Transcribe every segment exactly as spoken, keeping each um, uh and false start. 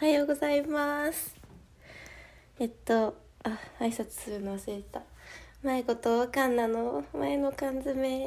はようございます。えっとあ挨拶するの忘れた。まいことカンナの前の缶詰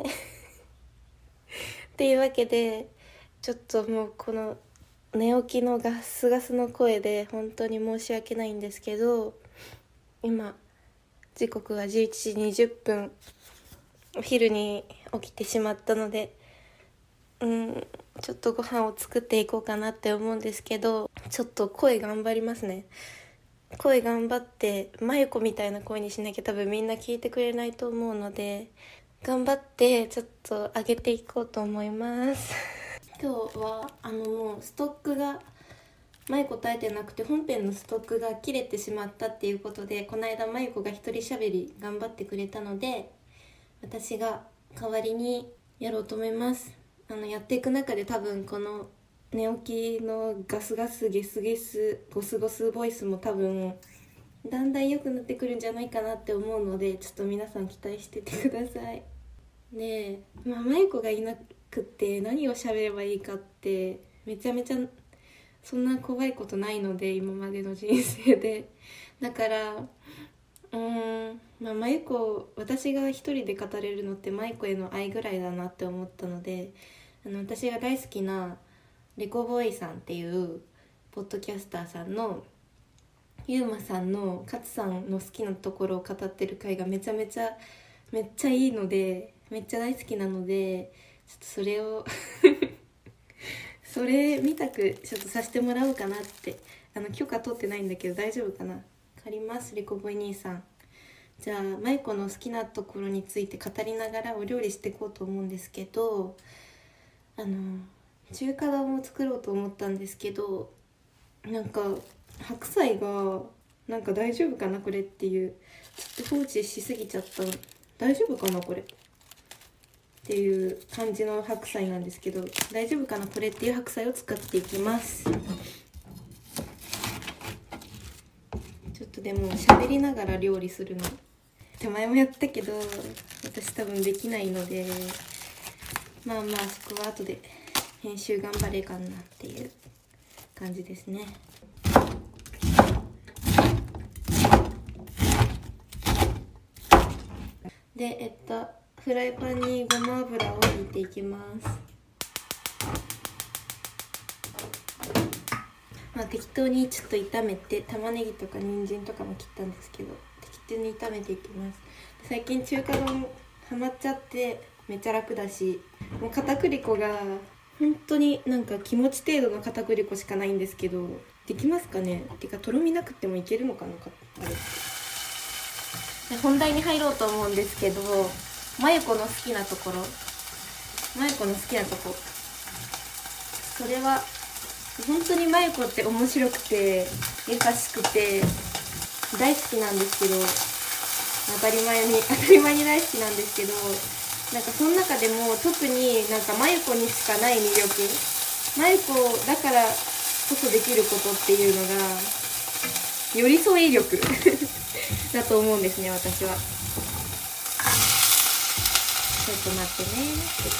っていうわけで、ちょっともうこの寝起きのガスガスの声で本当に申し訳ないんですけど、今時刻はじゅういちじにじゅっぷん、お昼に起きてしまったので、うんちょっとご飯を作っていこうかなって思うんですけど、ちょっと声頑張りますね。声頑張ってまゆこみたいな声にしなきゃ多分みんな聞いてくれないと思うので、頑張ってちょっと上げていこうと思います今日はあのもうストックがまゆこ答えてなくて、本編のストックが切れてしまったっていうことで、この間まゆこが一人喋り頑張ってくれたので、私が代わりにやろうと思います。あのやっていく中で多分この寝起きのガスガスゲスゲスゴスゴスボイスも多分だんだん良くなってくるんじゃないかなって思うので、ちょっと皆さん期待しててください。で、まあ、まゆこがいなくって何を喋ればいいかってめちゃめちゃそんな怖いことないので、今までの人生で。だからうーんまあまゆこ、私が一人で語れるのってまゆこへの愛ぐらいだなって思ったので、あの私が大好きなレコボーイさんっていうポッドキャスターさんのゆうまさんの勝さんの好きなところを語ってる回がめちゃめちゃめっちゃいいので、めっちゃ大好きなので、ちょっとそれをそれ見たくちょっとさせてもらおうかなって。あの許可取ってないんだけど大丈夫かな。借ります、レコボーイ兄さん。じゃあまゆこの好きなところについて語りながらお料理していこうと思うんですけど、あの中華丼を作ろうと思ったんですけど、なんか白菜がなんか大丈夫かなこれっていう、ちょっと放置しすぎちゃったの、大丈夫かなこれっていう感じの白菜なんですけど、大丈夫かなこれっていう白菜を使っていきます。ちょっとでも喋りながら料理するの手前もやったけど私多分できないので、まあまあそこは後で編集頑張れかなっていう感じですね。でえっとフライパンにごま油を引いていきます。まあ適当にちょっと炒めて、玉ねぎとか人参とかも切ったんですけど適当に炒めていきます。最近中華丼ハマっちゃってめっちゃ楽だし、もう片栗粉が本当になんか気持ち程度の片栗粉しかないんですけど、できますかね。てかとろみなくてもいけるのかなあれって。本題に入ろうと思うんですけど、まゆこの好きなところ、まゆこの好きなとこ、それは本当にまゆこって面白くて優しくて大好きなんですけど、当たり前に当たり前に大好きなんですけど、なんかその中でも特になんかまゆこにしかない魅力、まゆこだからこそできることっていうのが寄り添い力だと思うんですね、私は。ちょっと待ってね。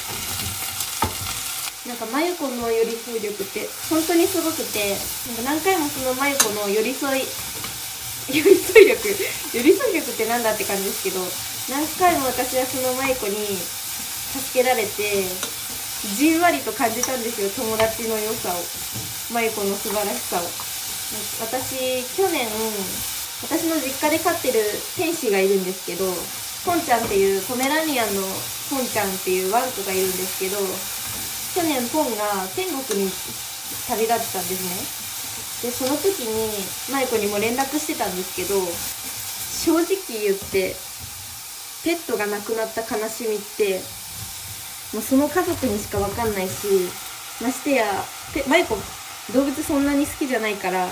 なんかまゆこの寄り添い力って本当にすごくて、なんか何回もそのまゆこの寄り添い寄り添い力寄り添い力ってなんだって感じですけど、何回も私はそのまゆこに助けられてじんわりと感じたんですよ、友達の良さを、まゆこの素晴らしさを。私去年私の実家で飼ってる天使がいるんですけど、ポンちゃんっていうポメラニアンのポンちゃんっていうワンコがいるんですけど、去年ポンが天国に旅立ってたんですね。でその時にまゆこにも連絡してたんですけど、正直言ってペットが亡くなった悲しみってもうその家族にしか分かんないし、ましてやまゆこ動物そんなに好きじゃないからだ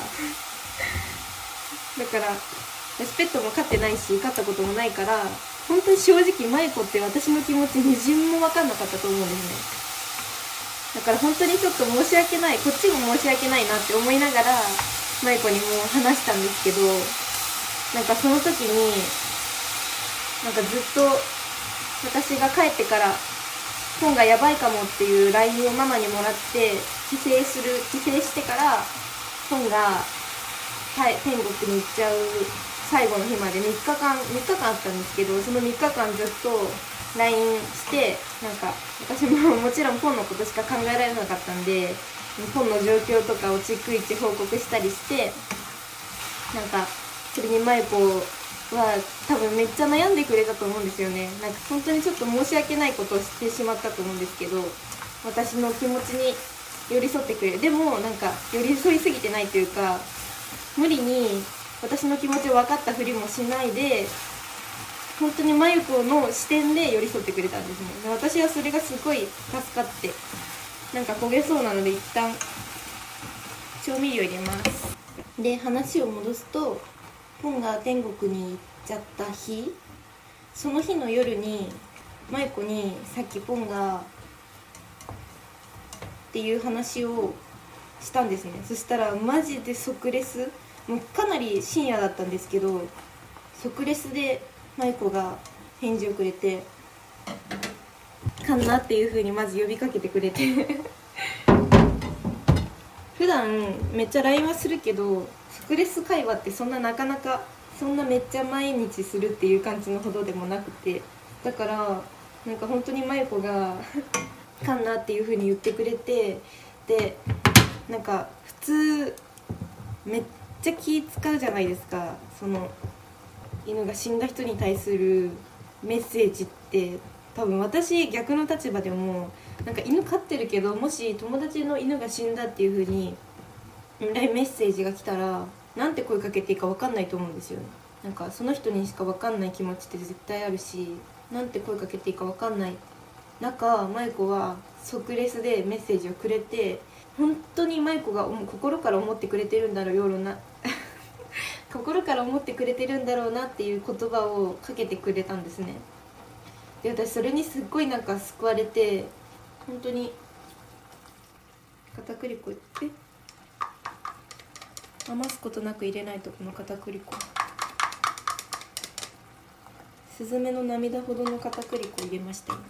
から私ペットも飼ってないし飼ったこともないから、本当に正直まゆこって私の気持ちみじんも分かんなかったと思うんですね。だから本当にちょっと申し訳ない、こっちも申し訳ないなって思いながらまゆこにも話したんですけど、なんかその時になんかずっと私が帰ってから本がやばいかもっていう ライン をママにもらって、帰省する帰省してから本が天国に行っちゃう最後の日までみっかかんみっかかんあったんですけど、そのみっかかんずっと ライン して、なんか私ももちろんポンのことしか考えられなかったんで、ポンの状況とかを逐一報告したりして、なんかそれにマイコは多分めっちゃ悩んでくれたと思うんですよね。なんか本当にちょっと申し訳ないことをしてしまったと思うんですけど、私の気持ちに寄り添ってくれる。でもなんか寄り添いすぎてないというか、無理に私の気持ちを分かったふりもしないで、本当にマユコの視点で寄り添ってくれたんですね。で、私はそれがすごい助かって、なんか焦げそうなので一旦調味料入れます。で、話を戻すと、ポンが天国に行っちゃった日、その日の夜にマユコにさっきポンがっていう話をしたんですね。そしたらマジで即レス、もうかなり深夜だったんですけど、即レスでマイコが返事をくれて、かんなっていう風にまず呼びかけてくれて普段めっちゃ ライン はするけど、即レス会話ってそんななかなかそんなめっちゃ毎日するっていう感じのほどでもなくて、だからなんか本当にマイコがかんなっていう風に言ってくれて、でなんか普通めっちゃ気使うじゃないですか、その犬が死んだ人に対するメッセージって。多分私逆の立場でも、なんか犬飼ってるけど、もし友達の犬が死んだっていう風にメッセージが来たら、なんて声かけていいか分かんないと思うんですよね。なんかその人にしか分かんない気持ちって絶対あるし、なんて声かけていいか分かんない中、マイコは即レスでメッセージをくれて、本当にマイコが心から思ってくれてるんだろうな心から思ってくれてるんだろうなっていう言葉をかけてくれたんですね。で、私それにすっごいなんか救われて、本当に片栗粉って余すことなく入れないと、この片栗粉、スズメの涙ほどの片栗粉入れましたよ。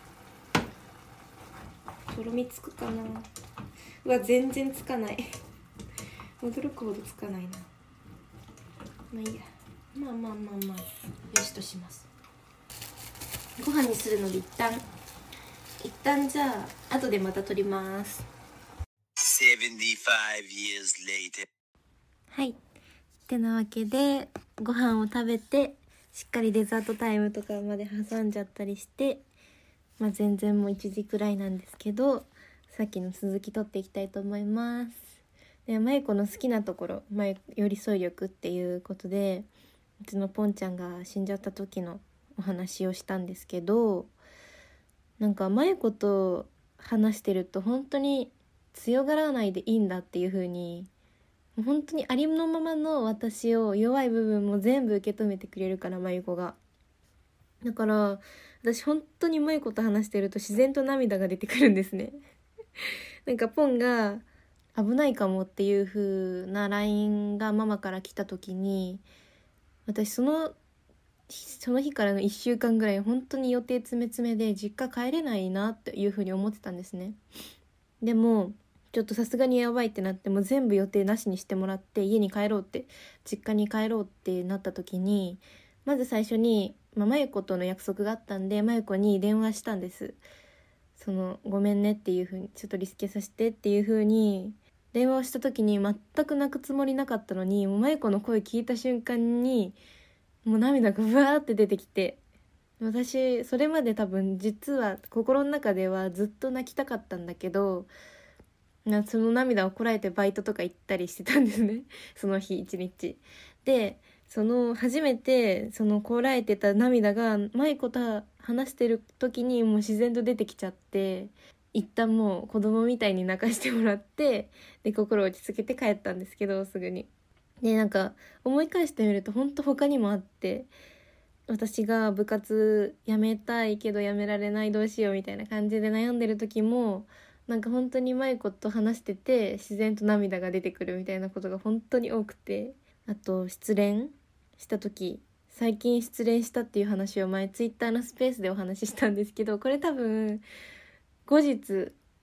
とろみつくかな。うわ、全然つかない驚くほどつかないな。まあいいや、まあまあまあまあよしとします。ご飯にするので一旦一旦じゃあ後でまた撮ります。 ななじゅうご years later。 はいってなわけで、ご飯を食べてしっかりデザートタイムとかまで挟んじゃったりして、まあ全然もういちじくらいなんですけど、さっきの続き撮っていきたいと思います。で、マイコの好きなところ、まい寄り添い力っていうことで、うちのポンちゃんが死んじゃった時のお話をしたんですけど、なんかマイコと話してると本当に強がらないでいいんだっていう風に、本当にありのままの私を、弱い部分も全部受け止めてくれるから、マイコが。だから私本当にマイコと話してると自然と涙が出てくるんですねなんかポンが危ないかもっていう風な ライン がママから来た時に、私そのその日からのいっしゅうかんぐらい本当に予定詰め詰めで実家帰れないなっていう風に思ってたんですね。でもちょっとさすがにやばいってなって、もう全部予定なしにしてもらって、家に帰ろうって、実家に帰ろうってなった時に、まず最初に、まあ、マユコとの約束があったんで、マユコに電話したんです。そのごめんねっていう風に、ちょっとリスケさせてっていう風に電話をした時に、全く泣くつもりなかったのに、もうマユコの声聞いた瞬間にもう涙がブワーって出てきて、私それまで多分実は心の中ではずっと泣きたかったんだけど、なその涙をこらえてバイトとか行ったりしてたんですねその日一日で、その初めてそのこらえてた涙がマイコと話してる時にもう自然と出てきちゃって、一旦もう子供みたいに泣かしてもらって、で心を落ち着けて帰ったんですけど、すぐに。で、なんか思い返してみると本当他にもあって、私が部活やめたいけどやめられない、どうしようみたいな感じで悩んでる時も、なんか本当にマイコと話してて自然と涙が出てくるみたいなことが本当に多くて、あと失恋した時、最近失恋したっていう話を前ツイッターのスペースでお話ししたんですけど、これ多分後日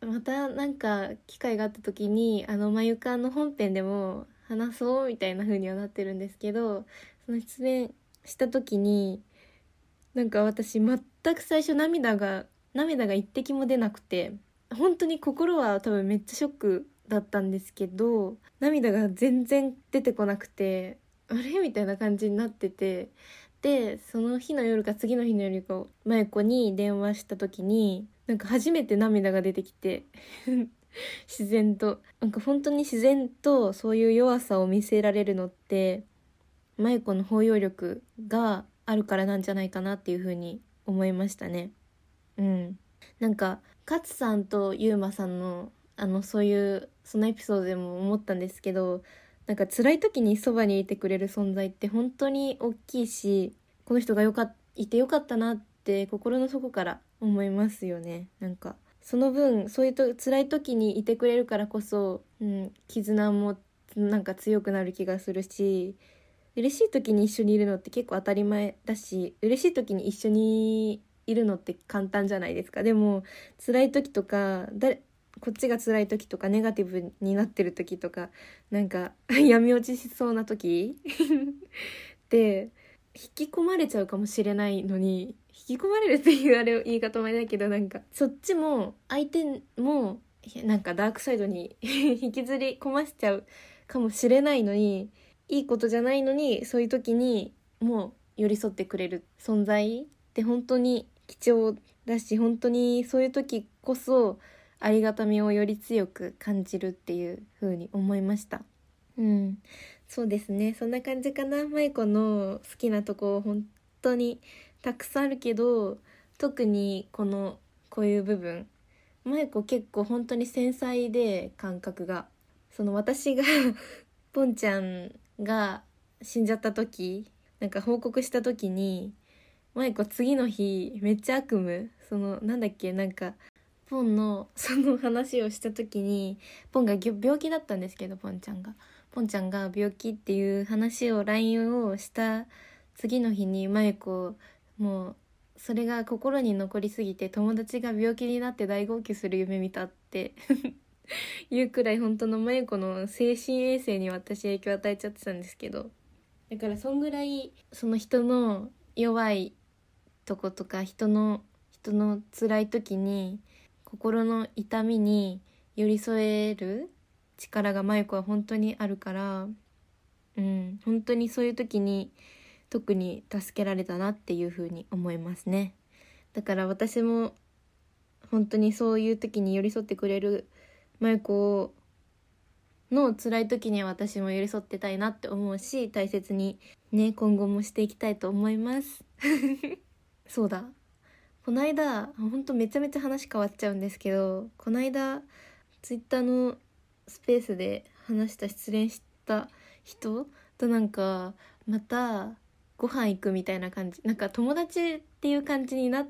またなんか機会があった時にあのまゆかの本編でも話そうみたいな風にはなってるんですけど、その出演した時になんか私全く最初涙が涙が一滴も出なくて、本当に心は多分めっちゃショックだったんですけど、涙が全然出てこなくて、あれみたいな感じになってて、でその日の夜か次の日の夜かまゆこに電話した時になんか初めて涙が出てきて自然となんか本当に自然とそういう弱さを見せられるのってまゆこの包容力があるからなんじゃないかなっていう風に思いましたね。うんなんか勝さんとゆうまさんのあのそういうそのエピソードでも思ったんですけど、なんか辛い時にそばにいてくれる存在って本当に大きいし、この人がよかっいてよかったなって心の底から思いますよね。なんかその分そういうと辛い時にいてくれるからこそ、うん、絆もなんか強くなる気がするし、嬉しい時に一緒にいるのって結構当たり前だし、嬉しい時に一緒にいるのって簡単じゃないですか。でも辛い時とかだこっちが辛い時とかネガティブになってる時とかなんか闇落ちしそうな時で引き込まれちゃうかもしれないのに、引き込まれるっていうあれ言い方もあれだけど、なんかそっちも相手もなんかダークサイドに引きずり込ませちゃうかもしれないのに、いいことじゃないのにそういう時にもう寄り添ってくれる存在って本当に貴重だし、本当にそういう時こそありがたみをより強く感じるっていう風に思いました。うんそうですね、そんな感じかな。まいこの好きなとこ本当にたくさんあるけど、特にこのこういう部分、まいこ結構本当に繊細で感覚が、その私がポンちゃんが死んじゃった時、なんか報告した時にまいこ次の日めっちゃ悪夢、そのなんだっけなんかポンのその話をした時に、ポンが病気だったんですけど、ポンちゃんがポンちゃんが病気っていう話を ライン をした次の日にまゆこもうそれが心に残りすぎて、友達が病気になって大号泣する夢見たっていうくらい本当のまゆこの精神衛生に私影響を与えちゃってたんですけど、だからそんぐらいその人の弱いとことか人の人の辛い時に心の痛みに寄り添える力がまゆこは本当にあるから、うん本当にそういう時に特に助けられたなっていう風に思いますね。だから私も本当にそういう時に寄り添ってくれるまゆこの辛い時には私も寄り添ってたいなって思うし、大切にね今後もしていきたいと思いますそうだ、この間ほんとめちゃめちゃ話変わっちゃうんですけど、この間ツイッターのスペースで話した失恋した人となんかまたご飯行くみたいな感じ、なんか友達っていう感じになって、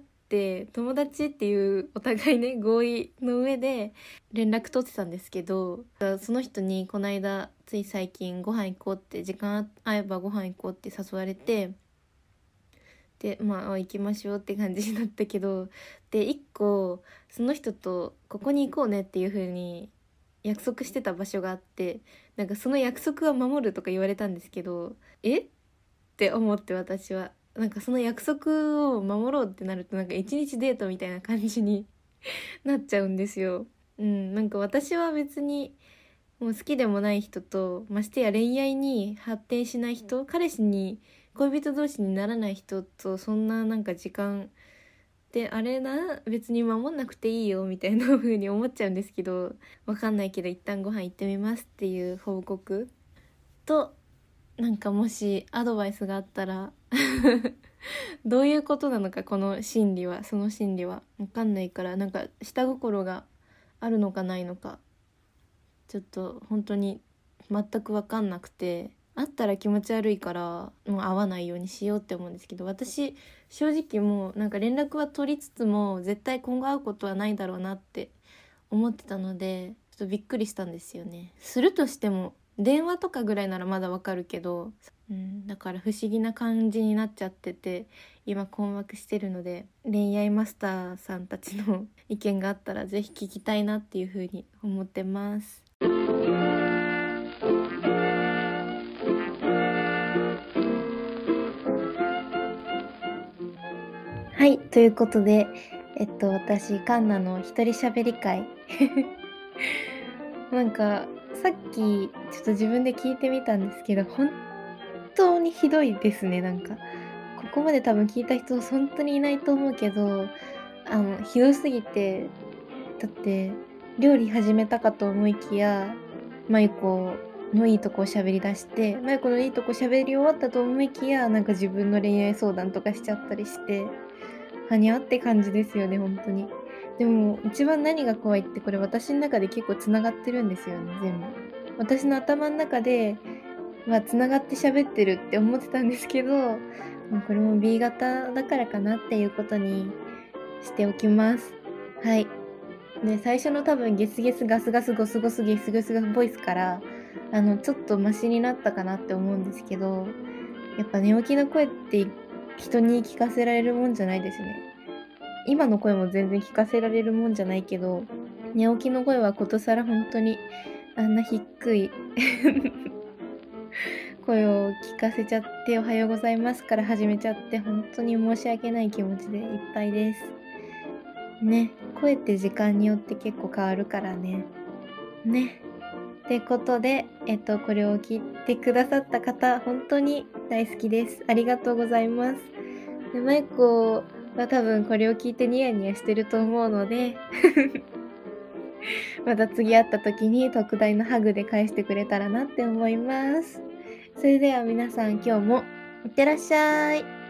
友達っていうお互いね合意の上で連絡取ってたんですけど、その人にこの間つい最近ご飯行こうって、時間合えばご飯行こうって誘われて、でまあ行きましょうって感じになったけど、で一個その人とここに行こうねっていう風に約束してた場所があって、なんかその約束は守るとか言われたんですけど、えって思って、私はなんかその約束を守ろうってなるとなんか一日デートみたいな感じになっちゃうんですよ。うんなんか私は別にもう好きでもない人と、ましてや恋愛に発展しない人、彼氏に恋人同士にならない人とそんななんか時間であれな、別に守んなくていいよみたいな風に思っちゃうんですけど、わかんないけど一旦ご飯行ってみますっていう報告と、なんかもしアドバイスがあったらどういうことなのか、この心理はその心理はわかんないから、なんか下心があるのかないのかちょっと本当に全く分かんなくて、会ったら気持ち悪いからもう会わないようにしようって思うんですけど、私正直もうなんか連絡は取りつつも絶対今後会うことはないだろうなって思ってたので、ちょっとびっくりしたんですよね。するとしても電話とかぐらいならまだわかるけど、 うん、だから不思議な感じになっちゃってて今困惑してるので、恋愛マスターさんたちの意見があったらぜひ聞きたいなっていうふうに思ってます。はい、ということで、えっと、私、カンナの一人喋り会。なんか、さっき、ちょっと自分で聞いてみたんですけど、本当にひどいですね、なんか。ここまで多分聞いた人、本当にいないと思うけど、あの、ひどすぎて、だって、料理始めたかと思いきや、マユコのいいとこを喋り出して、マユコのいいとこ喋り終わったと思いきや、なんか自分の恋愛相談とかしちゃったりして、はにゃって感じですよね、ほんとに。でも、一番何が怖いって、これ私ん中で結構繋がってるんですよね、全部。私の頭ん中で、ま、繋がって喋ってるって思ってたんですけど、ま、これも ビー 型だからかなっていうことにしておきます。はい。で、最初の多分ゲスゲスガスガスゴスゴスゲスゲスガスボイスから、あの、ちょっとマシになったかなって思うんですけど、やっぱ寝起きの声って人に聞かせられるもんじゃないですね。今の声も全然聞かせられるもんじゃないけど、寝起きの声はことさらほんとにあんな低い声を聞かせちゃって、おはようございますから始めちゃって、ほんとに申し訳ない気持ちでいっぱいです。ね、声って時間によって結構変わるからね。ね。ってことで、えっと、これを聞いてくださった方、ほんとに大好きです。ありがとうございます。で、マイコは多分これを聞いてニヤニヤしてると思うのでまた次会った時に特大のハグで返してくれたらなって思います。それでは皆さん今日もいってらっしゃい。